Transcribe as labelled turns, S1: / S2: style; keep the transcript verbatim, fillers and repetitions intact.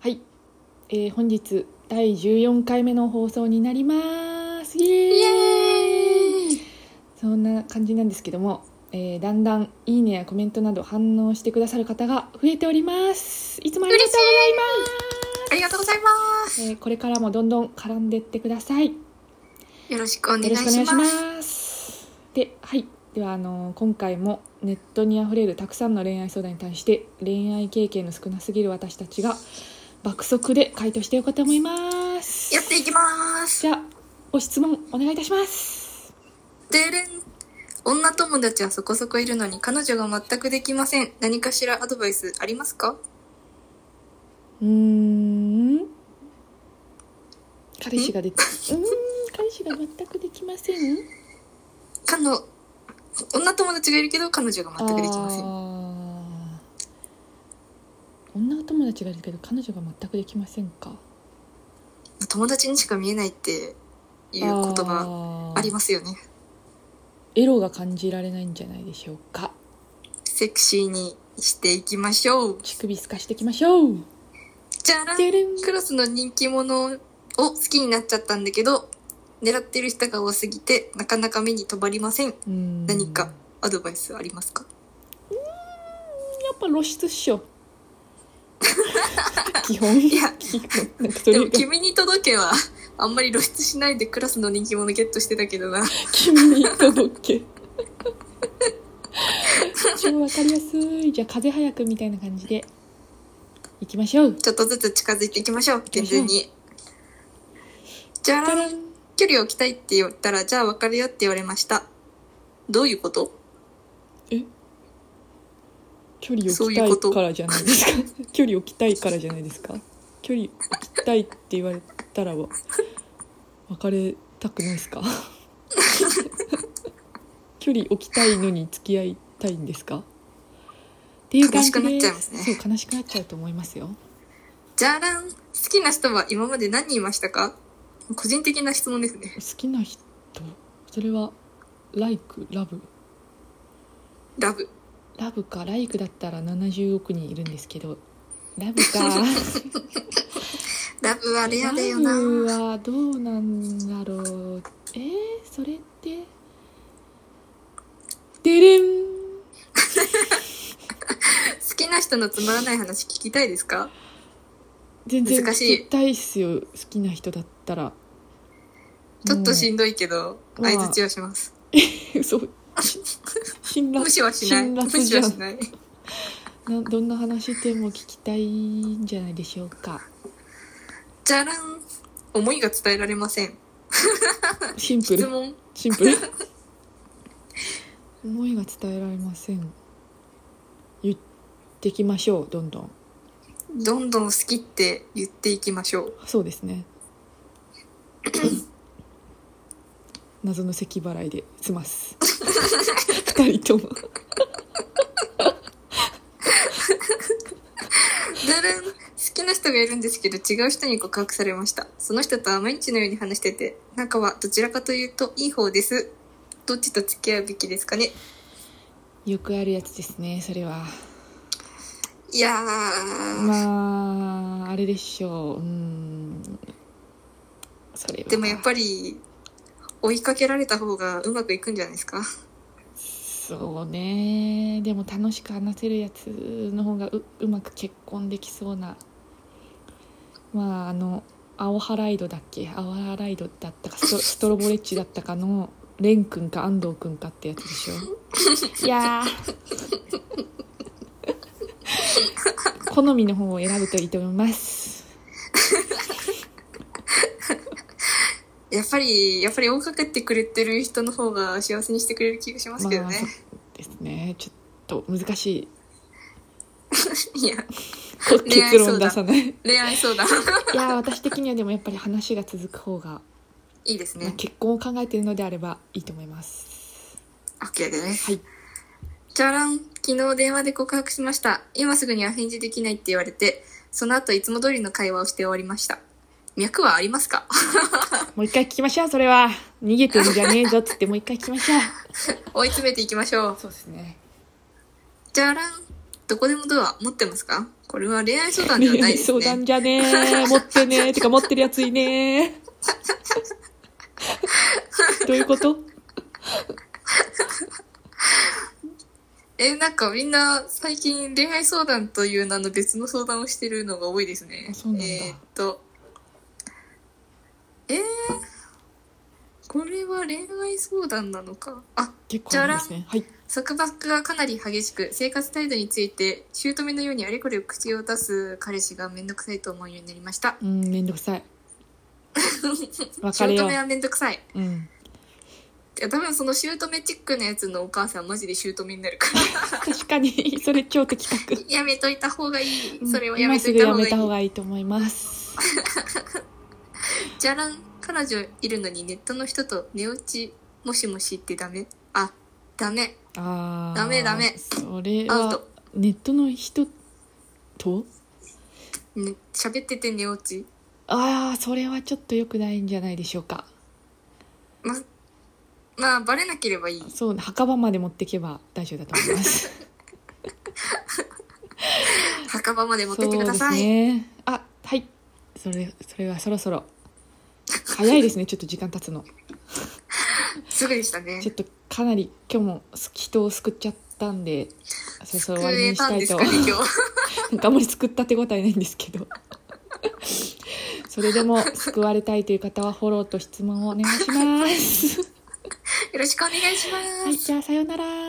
S1: はい、えー、本日だいじゅうよんかいめの放送になります。イエーイ、イエーイ。そんな感じなんですけども、えー、だんだんいいねやコメントなど反応してくださる方が増えております。いつもありがとうございます。
S2: ありがとうございます、
S1: えー、これからもどんどん絡んでってください。
S2: よろしくお願いします。
S1: よろしくお願いします。で、はい、ではあのー、今回もネットにあふれるたくさんの恋愛相談に対して恋愛経験の少なすぎる私たちが爆速で回答していこうと思います。
S2: やっていきます。
S1: じゃあご質問お願いいたします。
S2: でれん。女友達はそこそこいるのに彼女が全くできません。何かしらアドバイスありますか？
S1: うーん彼氏ができうーん彼氏が全くできません。
S2: かの女友達がいるけど彼女が全くできません。
S1: あ女友達がいるけど彼女が全くできませんか。
S2: 友達にしか見えないっていう言葉ありますよね。
S1: エロが感じられないんじゃないでしょうか。
S2: セクシーにしていきましょう。
S1: 乳首透かしていきましょう。
S2: じゃらん。クラスの人気者を好きになっちゃったんだけど狙ってる人が多すぎてなかなか目に留まりません。うーん、何かアドバイスありますか？
S1: うーんやっぱ露出っしょ基本。いや基本なんか
S2: でも君に届けはあんまり露出しないでクラスの人気者ゲットしてたけどな。
S1: 君に届け超わかりやすい。じゃあ風早くみたいな感じでいきましょう。
S2: ちょっとずつ近づいていきましょう。全然にじゃらん。距離を置きたいって言ったらじゃあ別れよって言われました。どういうこと？
S1: え距離を置きたいからじゃないですか距離を置きたいからじゃないですか。距離置きたいって言われたら別れたくないですか距離置きたいのに付き合いたいんですかっていう感じで。
S2: 悲しくなっちゃいますね。
S1: そう悲しくなっちゃうと思いますよ。
S2: じゃらん。好きな人は今まで何人いましたか？個人的な質問ですね。
S1: 好きな人、それはライク、ラブ
S2: ラブ
S1: ラブか。ライクだったらななじゅうおくにんいるんですけどラブか
S2: ラブはレアだよな。
S1: ラブはどうなんだろう。えー、それってでれん
S2: 好きな人のつまらない話聞きたいですか？
S1: 全然聞きたいっすよ。好きな人だったら
S2: ちょっとしんどいけど相づちはします。
S1: そう辛辣
S2: 無視はしない。無視はしない
S1: な。どんな話でも聞きたいんじゃないでしょうか。
S2: じゃらん。思いが伝えられません。
S1: シンプル。
S2: 質問
S1: シンプル思いが伝えられません。言ってきましょう。どんどん
S2: どんどん好きって言っていきましょう。
S1: そうですね謎の咳払いで済ます二人とも
S2: だらん。好きな人がいるんですけど違う人に告白されました。その人とは毎日のように話してて仲はどちらかというといい方です。どっちと付き合うべきですかね？
S1: よくあるやつですね、それは。
S2: いやー
S1: まああれでしょう。うーんそれは
S2: でもやっぱり追いかけられた方がうまくいくんじゃないですか？
S1: そうね。でも楽しく話せるやつの方が う, うまく結婚できそうな。まああの青ハライドだっけ、青ハライドだったか ス, トストロボレッチだったかのレン君か安藤君かってやつでしょいや好みの方を選ぶといいと思います
S2: やっぱりやっぱり追いかけてくれてる人の方が幸せにしてくれる気がしますけどね。まあ、
S1: そうですね。ちょっと難し
S2: いいや
S1: 結論出さない
S2: 恋愛相談
S1: いや私的にはでもやっぱり話が続く方が
S2: いいですね、
S1: まあ、結婚を考えているのであればいいと思います。
S2: OK です。
S1: はい。
S2: じゃらん。昨日電話で告白しました。今すぐには返事できないって言われてその後いつも通りの会話をして終わりました。脈はありますか？
S1: もう一回聞きましょう。それは逃げてるんじゃねえぞっつってもう一回聞きましょう
S2: 追い詰めていきましょう。
S1: そうですね。
S2: じゃらん。どこでもドア持ってますか？ これは恋愛相談ではないですね。
S1: 恋愛相談じゃねー。持ってねー。てか持ってるやついねー。どういうこと
S2: え、なんかみんな最近恋愛相談という名の別の相談をしてるのが多いですね。
S1: そうなんだ。
S2: えー、っと、えー、これは恋愛相談なのか。あ、
S1: 結構あるんですね。はい。
S2: 束縛がかなり激しく、生活態度について姑のようにあれこれ口を出す彼氏がめんどくさいと思うようになりました。
S1: うん、めんどくさい。別れよう。
S2: 姑はめんどくさい。
S1: うん。
S2: いや多分その姑チックなやつのお母さんマジで姑になるから
S1: 確かにそれ超的確。
S2: やめといた方がいい。それはや
S1: 今
S2: めといた方がいい。
S1: すぐやめた方がいいと思います。
S2: じゃらん、彼女いるのにネットの人と寝落ちもしもしってダメ？あ、ダメ。
S1: あー、
S2: ダメダメ。
S1: それは
S2: アウト。
S1: ネットの人と
S2: ね、喋ってて寝落ち。
S1: ああ、それはちょっと良くないんじゃないでしょうか。
S2: ままあバレなければいい。
S1: そう、墓場まで持っていけば大丈夫だと思います
S2: 墓場まで持ってってください。
S1: そうですね。あ、はい、それそれはそろそろ早いですね。ちょっと時間経つの
S2: すぐでしたね。
S1: ちょっとかなり今日も人を救っちゃったんで、そろそろ終わりにしたいと。
S2: 救えたんですかね、今日
S1: なんかあんまり救った手応えないんですけどそれでも救われたいという方はフォローと質問をお願いします
S2: よろしくお願いします。
S1: はい、じゃあさようなら。